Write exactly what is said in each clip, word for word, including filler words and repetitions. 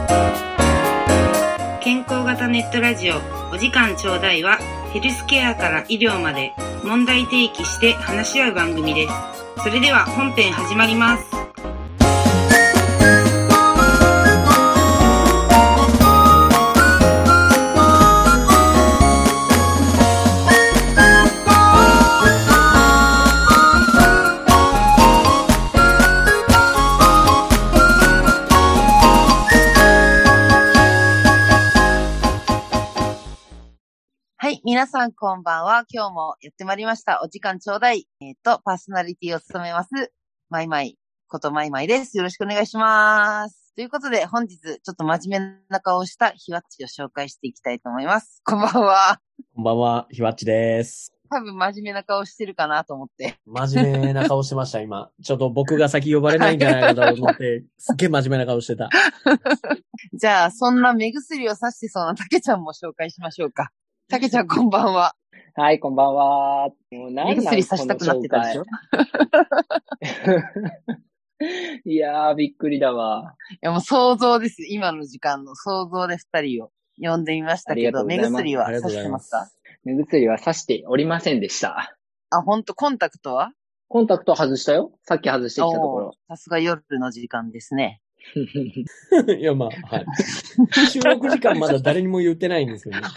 健康型ネットラジオお時間ちょうだいは、ヘルスケアから医療まで問題提起して話し合う番組です。それでは本編始まります。 はい。皆さんこんばんは。今日もやってまいりました。お時間ちょうだい。えっ、と、パーソナリティを務めます、マイマイことマイマイです。よろしくお願いします。ということで、本日、ちょっと真面目な顔をしたひわっちを紹介していきたいと思います。こんばんは。 こんばんは、ひわっちです。 多分真面目な顔してるかなと思って。 真面目な顔してました、今。ちょっと僕が先呼ばれないんじゃないかと思って、すっげえ真面目な顔してた。 じゃあ、そんな目薬をさしてそうなたけちゃんも紹介しましょうか。たけちゃんこんばんは。 はい、こんばんは。 もう目薬さしたくなってたでしょいやー、びっくりだわ。 いや、もう想像です。今の時間の想像で二人を呼んでみましたけど、目薬はさしてますか？ 目薬はさしておりませんでした。 あ、ほんと、コンタクトは？ コンタクト外したよ。さっき外してきたところ。 さすが夜の時間ですね。 いや、まあ、はい。収録時間まだ誰にも言ってないんですよね。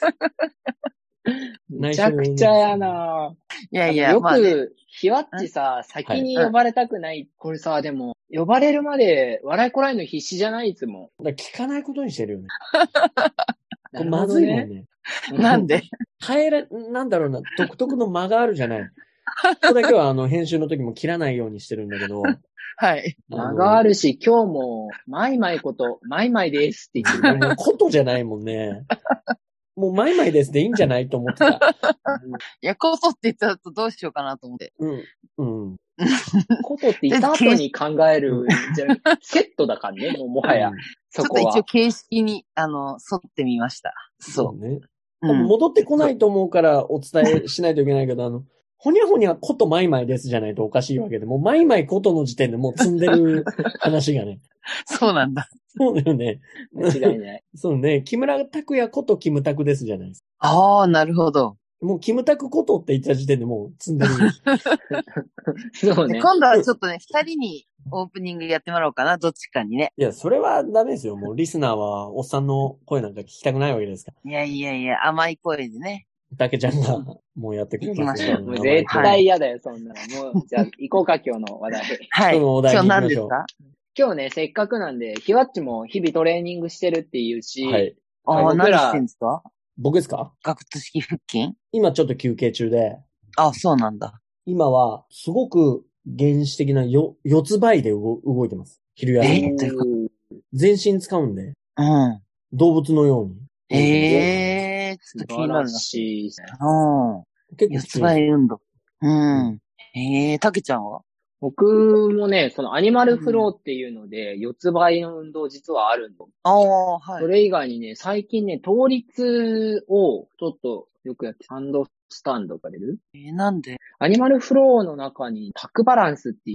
めちゃくちゃやな。 いやいや、 よく、 まあね、 ひわっちさ、先に呼ばれたくない。これさ、でも、呼ばれるまで笑いこらえるの必死じゃないいつも。 だ聞かないことにしてるよね。 これまずいもんね。 なんで変えら、なんだろうな、独特の間があるじゃない。これだけはあの、編集の時も切らないようにしてるんだけど。 はい。 間があるし、今日も、マイマイこと、マイマイですって言ってる。 もうことじゃないもんね。もうマイマイですでいいんじゃないと思ってた。 いや、ことって言ったらどうしようかなと思って。 うん。うん。 ことって言った後に考えるじゃなくて、セットだからね、もうもはや。うん、そこは。 ちょっと一応形式に、あの、沿ってみました。そう。 そうね。うん、戻ってこないと思うからお伝えしないといけないけど、あの、ほにゃほにゃことマイマイですじゃないとおかしいわけで、もうマイマイことの時点でもう積んでる話がね。 そうなんだ。 そうだよね。 間違いない。 そうね。木村拓哉ことキムタクですじゃないですか。 ああ、なるほど。 もうキムタクことって言った時点でもう積んでる。 そうね。 今度はちょっとね、二人にオープニングやってもらおうかな、どっちかにね。 いや、それはダメですよ。もうリスナーはおっさんの声なんか聞きたくないわけですから。 いやいやいや、甘い声でね。 たけちゃんがもうやってくれますよ。 もう絶対嫌だよ、そんなの。もう、じゃあ行こうか、今日の話題。 はい。 今日のお題に行きましょう。 今日何ですか？ 今日ね、せっかくなんで、ひわっちも日々トレーニングしてるっていうし、 はい。 ああ、何してんですか？ 僕ですか？ 学徒式腹筋？ 今ちょっと休憩中で。 あ、そうなんだ。 今は、すごく原始的なよ、四つ倍で動動いてます。昼休み。 えー、というか全身使うんで。 うん。 動物のように。 ええー、ちょっと気になるな。 しい。 うん。 結構四つ倍運動。うん。うん、ええー、たけちゃんは？ 僕もね、そのアニマルフローっていうので、四つ倍の運動実はあるの。 ああ、はい。 それ以外にね、最近ね、倒立をちょっとよくやって、ハンドスタンドが出る？ えー、なんで？ アニマルフローの中にタックバランスって言って、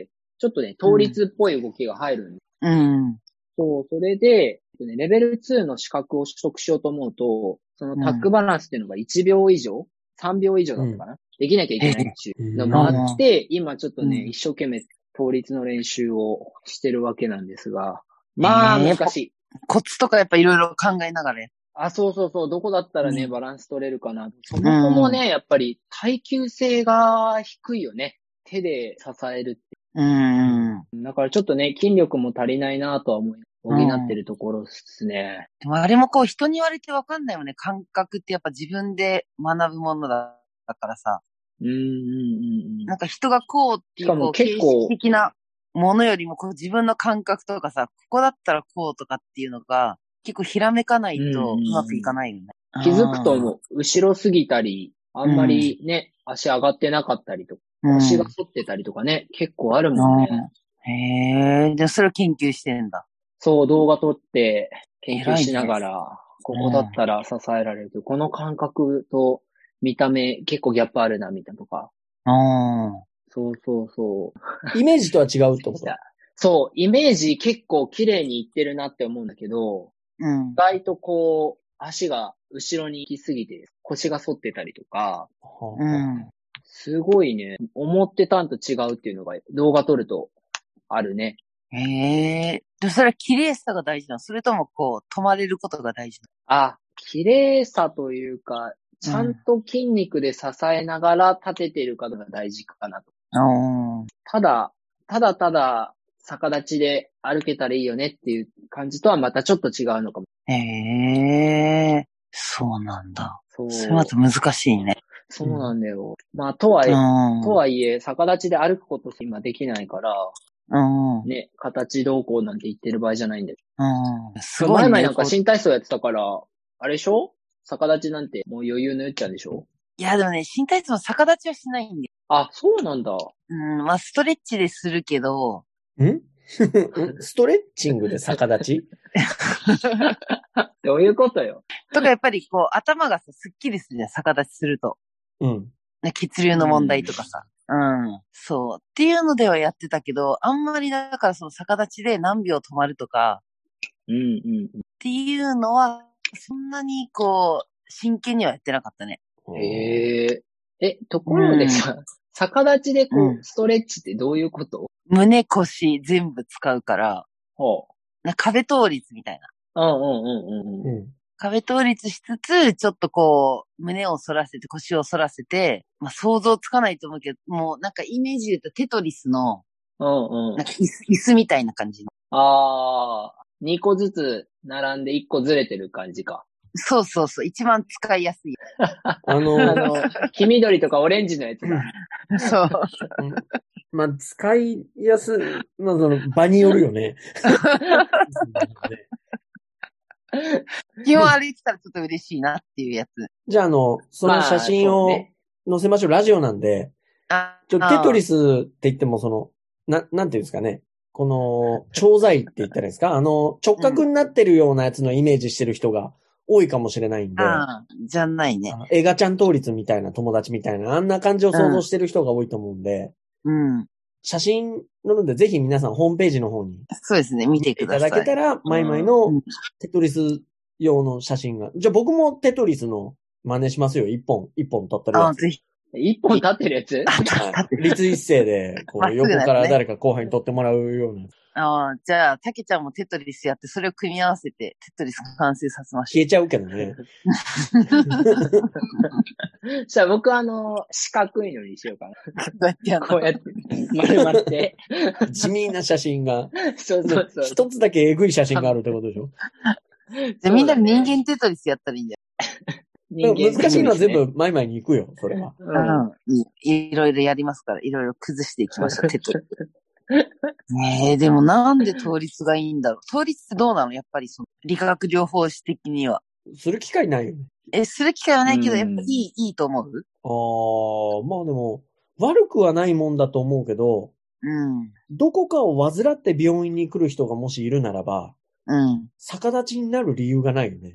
ちょっとね、倒立っぽい動きが入るんです。 うん。 そう、それで、レベルツーの資格を取得しようと思うと、そのタックバランスっていうのがいちびょう以上、さんびょう以上だったかな、うん、できなきゃいけないっていうのもあって、今ちょっとね、うん、一生懸命倒立の練習をしてるわけなんですが、まあ難しい。 コツとかやっぱいろいろ考えながら。 あ、そうそうそう、どこだったらね、うん、バランス取れるかな。そもそもね、やっぱり耐久性が低いよね。手で支えるって。 うん。 だからちょっとね、筋力も足りないなとは思い、補ってるところですね。 でもあれもこう人に言われてわかんないよね。感覚ってやっぱ自分で学ぶものだからさ。 うんうんうん。 なんか人がこうっていうこう形式的なものよりもこう自分の感覚とかさ、ここだったらこうとかっていうのが結構ひらめかないとうまくいかないよね。 うんうん、気づくとも後ろすぎたり、あんまりね、うん、足上がってなかったりとか、うん、足が反ってたりとかね、結構あるもんね。 うん、へえ、でそれを研究してんだ。 そう、動画撮って研究しながら、ここだったら支えられると、うん、この感覚と見た目結構ギャップあるな、みたいなとか。 うん。 そうそうそう。 イメージとは違うってことだ。 そう、イメージ結構綺麗にいってるなって思うんだけど、 うん意。外とこう、足が後ろに行き過ぎて腰が反ってたりとか、 うはん。 すごいね、思ってたんと違うっていうのが動画撮るとあるね。 へえ。でもそれは綺麗さが大事なの？それともこう、止まれることが大事あ、綺麗さというか、ちゃんと筋肉で支えながら立ててるかが大事かなと。 なの？ ただ、ただただ逆立ちで歩けたらいいよねっていう感じとはまたちょっと違うのかも。 うん。へえ。そうなんだ。 そう。 それまた難しいね。 そうなんだよ。まあ、とはいえ、 うん。 とはいえ、逆立ちで歩くこと今できないから、 うん。 ね、形どうこうなんて言ってる場合じゃないんだよ。 うん。すごいね。 前々なんかこう新体操やってたから、あれでしょ？逆立ちなんてもう余裕のゆっちゃんでしょ？ いや、でもね、新体操の逆立ちはしないんだよ。 あ、そうなんだ。 うん。まあ、ストレッチでするけど、 んストレッチングで逆立ちどういうことよ。 とかやっぱりこう、頭がさ、すっきりするじゃん、逆立ちすると。 うん。 ね血流の問題とかさ。うん。そう。っていうのではやってたけど、あんまりだからその逆立ちで何秒止まるとか、 うんうんっていうのは、そんなにこう、真剣にはやってなかったね。 うん。へえ。え、ところでさ、逆立ちでこうんう、ストレッチってどういうこと？ 胸腰全部使うから、 ほな壁倒立みたいな。 う。うんうんうんうんうん。 うん。 壁倒立しつつ、ちょっとこう、胸を反らせて、腰を反らせて、まあ想像つかないと思うけど、もうなんかイメージで言うとテトリスの、 うんうんなん。か椅子、椅子みたいな感じの。 ああ、にこずつ並んでいっこずれてる感じか。 そうそうそう、一番使いやすい。 ああの、 の、黄緑とかオレンジのやつだ。 そう。 まあ、使いやすい、まあ、その、場によるよね。 基本歩いてたらちょっと嬉しいなっていうやつ。 じゃあ、あの、その写真をまあそうね載せましょう。ラジオなんで、 あちょテトリス。 スって言っても、その、な、なんていうんですかね。この、調剤って言ったらいいですか？あの、直角になってるようなやつのイメージしてる人が多いかもしれないんで、 ああ、じゃないね。 映画ちゃん倒立みたいな友達みたいな、あんな感じを想像してる人が多いと思うんで、 うん。 写真なので、ぜひ皆さんホームページの方にそうですね、見て見ていたください。 だけたら、マイマイうのんテトリス用の写真が。じゃあ僕もテトリスの真似しますよ。一本、一本撮ってるああ、 やつ。 ぜひ。 一本立ってるやつ？ はい立一斉で、こう、 まっすぐなやつね横から誰か後輩に撮ってもらうような。 ああ、じゃあ、たけちゃんもテトリスやって、それを組み合わせて、テトリス完成させまし消えちゃうけどね。 じゃあ僕はあの、四角いのにしようかな。 ょう。どうやってやんのこうやって、丸まって。 地味な写真が。 そうそうそう。 一つだけエグい写真があるってことでしょ。 じゃあみんなで人間テトリスやったらいいんだよ。 でも難しいのは全部マイマイに行くよ、それは。 うん。 うん。いいろいろやりますから、いろいろ崩していきましょう、テトリス。ねえ、でもなんで倒立がいいんだろう。倒立ってどうなの？やっぱりその、理学療法士的には。 する機会ないよね。 え、する機会はないけど、 うんやっぱいい、いいと思う？ ああ、まあでも、悪くはないもんだと思うけど、 うん。 どこかを患って病院に来る人がもしいるならば、 うん。 逆立ちになる理由がないよね。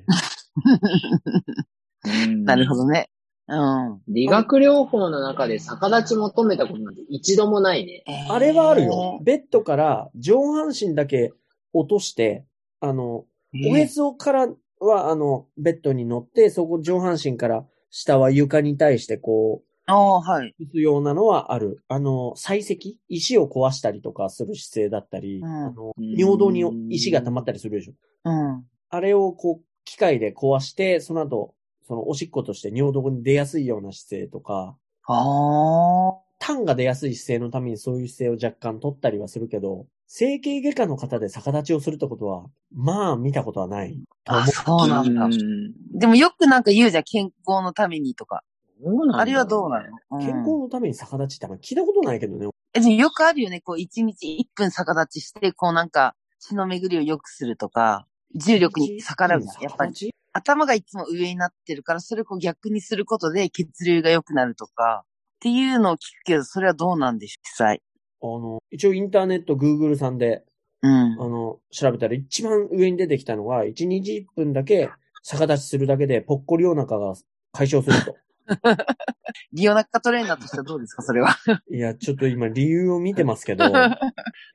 なるほどね。うん。 理学療法の中で逆立ち求めたことなんて一度もないね。 あれはあるよ。ベッドから上半身だけ落として、あの、 えーおへそからは、あの、ベッドに乗って、そこ上半身から下は床に対してこう、 ああ、はい。 打つようなのはある。あの、採石石を壊したりとかする姿勢だったり、 うんあの尿道に石が溜まったりするでしょ。 うん。 あれをこう、機械で壊して、その後、そのおしっことして尿道に出やすいような姿勢とか、 ああ。 痰が出やすい姿勢のためにそういう姿勢を若干取ったりはするけど、整形外科の方で逆立ちをするってことは、まあ見たことはないと思う。 あ、そうなんだ。 うんでもよくなんか言うじゃん、健康のためにとか。 そうなんだあれはどうなの？うん健康のために逆立ちってあんま聞いたことないけどね。 え、でもよくあるよね、こう一日一分逆立ちして、こうなんか血の巡りを良くするとか、重力に逆らうじゃん、やっぱり。 り。 頭がいつも上になってるから、それをこう逆にすることで血流が良くなるとか、っていうのを聞くけど、それはどうなんでしょう、実際。 あの、一応インターネット、Google さんで、 うん。 あの、調べたら一番上に出てきたのが、いちにちいっぷんだけ逆立ちするだけで、ぽっこりお腹が解消すると。 リオナカトレーナーとしてはどうですか、それは。 いや、ちょっと今理由を見てますけど、 うん。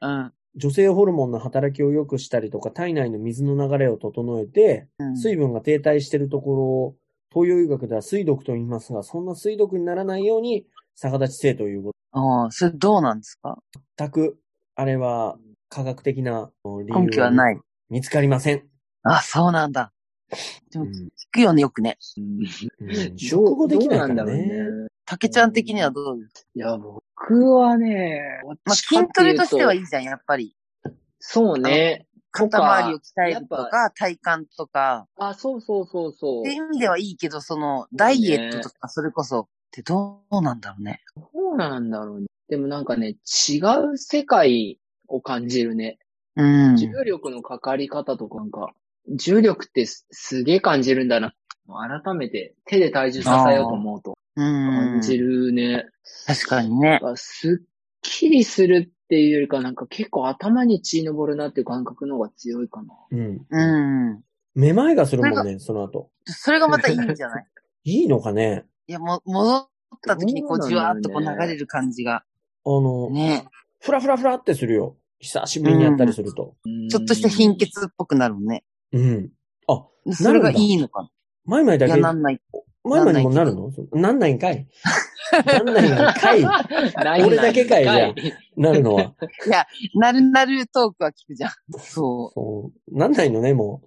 女性ホルモンの働きを良くしたりとか、体内の水の流れを整えて、 うん、 水分が停滞しているところを、東洋医学では水毒と言いますが、そんな水毒にならないように逆立ちせえというこああ、それどうなんですか？ と。全く、あれは科学的な理由根拠はない。 見つかりません。 あ、そうなんだ。でも、聞くよね、よくね。 うん、食後できないからね。 竹ちゃん的にはどうですか？ いや、僕はね、 まあ、筋トレとしてはいいじゃん、やっぱり。 そうね。 肩周りを鍛えるとか、体幹とか。 あ、そうそうそうそう。 っていう意味ではいいけど、その、ダイエットとか、それこそ、ってどうなんだろうね。 どうなんだろうね。でもなんかね、違う世界を感じるね。 うん。 重力のかかり方とかなんか、重力ってす、すげえ感じるんだな。改めて手で体重支えようと思うと感じるね。 確かにね。 すっきりするっていうよりかなんか結構頭に血昇るなっていう感覚の方が強いかな。 うん。 うん。 めまいがするもんね、その後。 それがまたいいんじゃない？ いいのかね。 いや、も、戻った時にこうじわーっとこう流れる感じが。 あの、 ね。 ふらふらふらってするよ。久しぶりにやったりすると。 うん、ちょっとした貧血っぽくなるもんね。 うん。あ、 それがいいのかな。 マイマイだけ。 いや、なんない。 マイマイにもなるの？なんないんかい。なんないんかい。俺だけかい、じゃあ。なるのは。 いや、なるなるトークは聞くじゃん。そう。 そう。なんないのね、も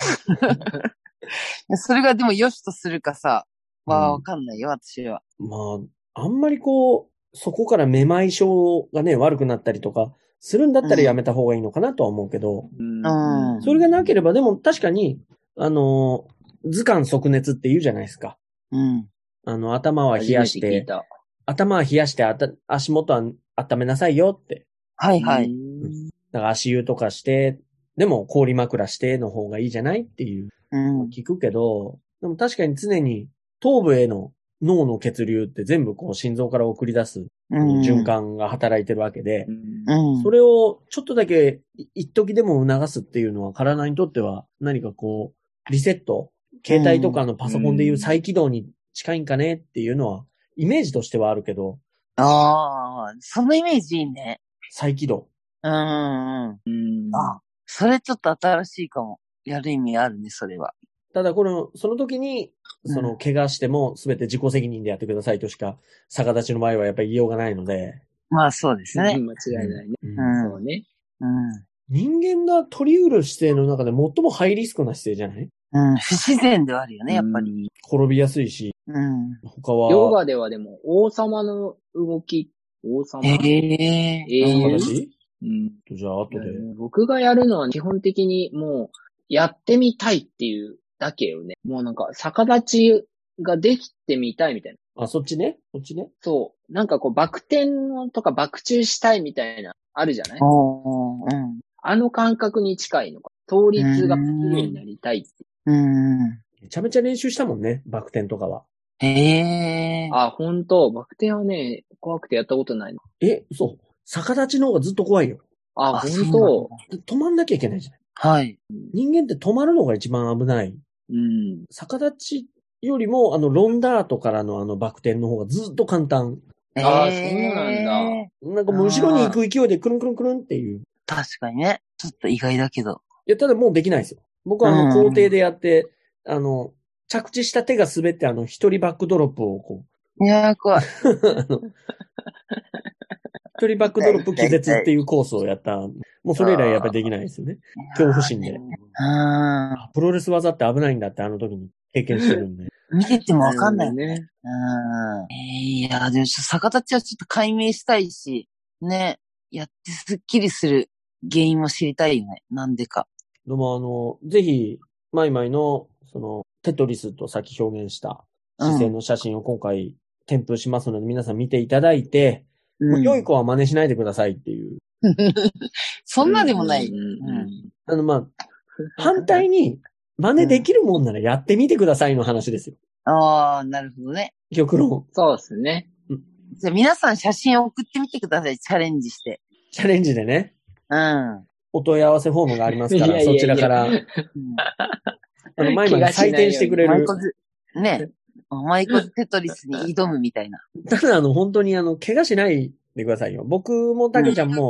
う。それがでも良しとするかさ、はわかんないよ、うん、私は。 まあ、あんまりこう、そこからめまい症がね、悪くなったりとか、するんだったらやめた方がいいのかなとは思うけど。 うん。 それがなければ、でも確かに、あの、頭寒足熱って言うじゃないですか。 うん。 あの、頭は冷やして、頭は冷やしてあた、足元は温めなさいよって。 はいはい。 だから足湯とかして、でも氷枕しての方がいいじゃないっていう。 うん。 聞くけど、でも確かに常に頭部への脳の血流って全部こう心臓から送り出す、うん、循環が働いてるわけで、うん、それをちょっとだけ一時でも促すっていうのは体にとっては何かこう、リセット、携帯とかのパソコンでいう再起動に近いんかねっていうのは、イメージとしてはあるけど。 ああ、そのイメージいいね。 再起動。 うんうん。うんあ、それちょっと新しいかも。やる意味あるね、それは。 ただこの、その時に、その、怪我しても全て自己責任でやってくださいとしか、逆立ちの場合はやっぱり言いようがないので。 まあそうですね。 間違いないね。 うん。 そうね。 うん。 人間が取り得る姿勢の中で最もハイリスクな姿勢じゃない？ うん。不自然ではあるよね、やっぱり。 転びやすいし。 うん。 他は。 ヨガではでも、王様の動き、王様。 ええー。えー、形？ うん。 じゃあ、後で。 僕がやるのは基本的にもう、やってみたいっていうだけよね。もうなんか、逆立ちができてみたいみたいな。 あ、そっちねそっちね。 そう。なんかこう、バク転とかバク宙したいみたいな、あるじゃない？ おー、うん。 あの感覚に近いのか。倒立が綺麗になりたいって。 うん。 めちゃめちゃ練習したもんね、バク転とかは。 へえー。 あ、ほんと。バク転はね、怖くてやったことないの。 え、そう。逆立ちの方がずっと怖いよ。 あ、ほんと。 止まんなきゃいけないじゃない。 はい。 人間って止まるのが一番危ない。 うん。 逆立ちよりも、あの、ロンダートからのあの、バク転の方がずっと簡単。 ああ、そうなんだ。 なんかもう後ろに行く勢いでくるんくるんくるんっていう。 確かにね。ちょっと意外だけど。 いや、ただもうできないですよ。僕はあの、校庭でやって、あの、着地した手が滑ってあの、一人バックドロップをこう。いやー、怖い。 一人バックドロップ気絶っていうコースをやった。もうそれ以来やっぱりできないですよね。恐怖心で。プロレス技って危ないんだってあの時に経験してるんで。 見ててもわかんないよね。うん。えー、いや、でもちょっと逆立ちはちょっと解明したいし、ね、やってスッキリする原因も知りたいよね。なんでか。 でもあの、ぜひ、マイマイの、その、テトリスとさっき表現した姿勢の写真を今回添付しますので、皆さん見ていただいて、うん、良い子は真似しないでくださいっていう。 そんなでもない。うんうん、あの、まあ、反対に、真似できるもんならやってみてくださいの話ですよ。 ああ、なるほどね。 極論。 そうですね。 じゃあ皆さん写真を送ってみてください。チャレンジして。 チャレンジでね。 うん。 お問い合わせフォームがありますから、いやいやいやそちらから。うん、あの、マイマイが採点してくれる。 マイコズ、ね。マイコズテトリスに挑むみたいな。 ただ、あの、本当にあの、怪我しないでくださいよ。僕もたけちゃんも、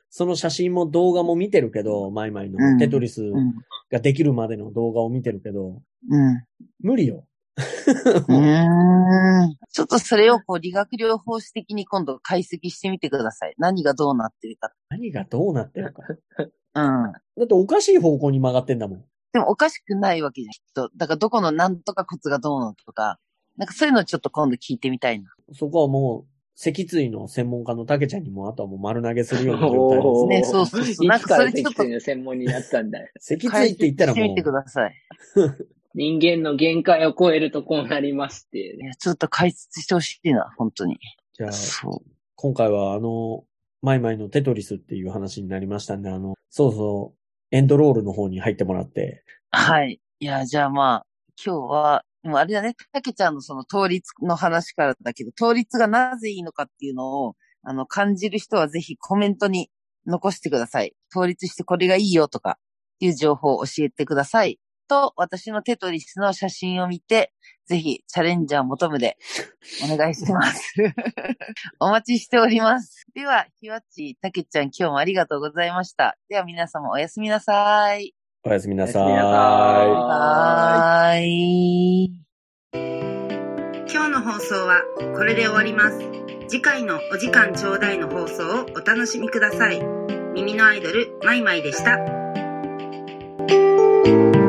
その写真も動画も見てるけど、マイマイのテトリスができるまでの動画を見てるけど、 うん、 無理よ。 うーんちょっとそれをこう理学療法士的に今度解析してみてください。何がどうなってるか。 何がどうなってるか。 うん。 だっておかしい方向に曲がってんだもん。 でもおかしくないわけじゃん、きっと。だからどこのなんとか骨がどうのとか、なんかそういうのをちょっと今度聞いてみたいな。 そこはもう、脊椎の専門家のたけちゃんにもあとはもう丸投げするような状態ですね。 ね、そうそうそう。なんかそれちょっと。 脊椎の専門になったんだよ。 脊椎って言ったらもう。 してみてください。 人間の限界を超えるとこうなりますっていう、ね。 いや、ちょっと解説してほしいな、本当に。 じゃあ、今回はあの、マイマイのテトリスっていう話になりましたんで、あの、そうそう、エンドロールの方に入ってもらって。 はい。いや、じゃあまあ、今日は、でもあれだね、たけちゃんのその倒立の話からだけど、倒立がなぜいいのかっていうのを、あの、感じる人はぜひコメントに残してください。倒立してこれがいいよとか、っていう情報を教えてください。と、私のテトリスの写真を見て、ぜひチャレンジャー求むでお願いします。お待ちしております。では、ひわっち、たけちゃん今日もありがとうございました。では皆様おやすみなさい。 おやすみなさい。 バイバイ。 今日の放送はこれで終わります。次回のお時間ちょうだいの放送をお楽しみください。耳のアイドル、マイマイでした。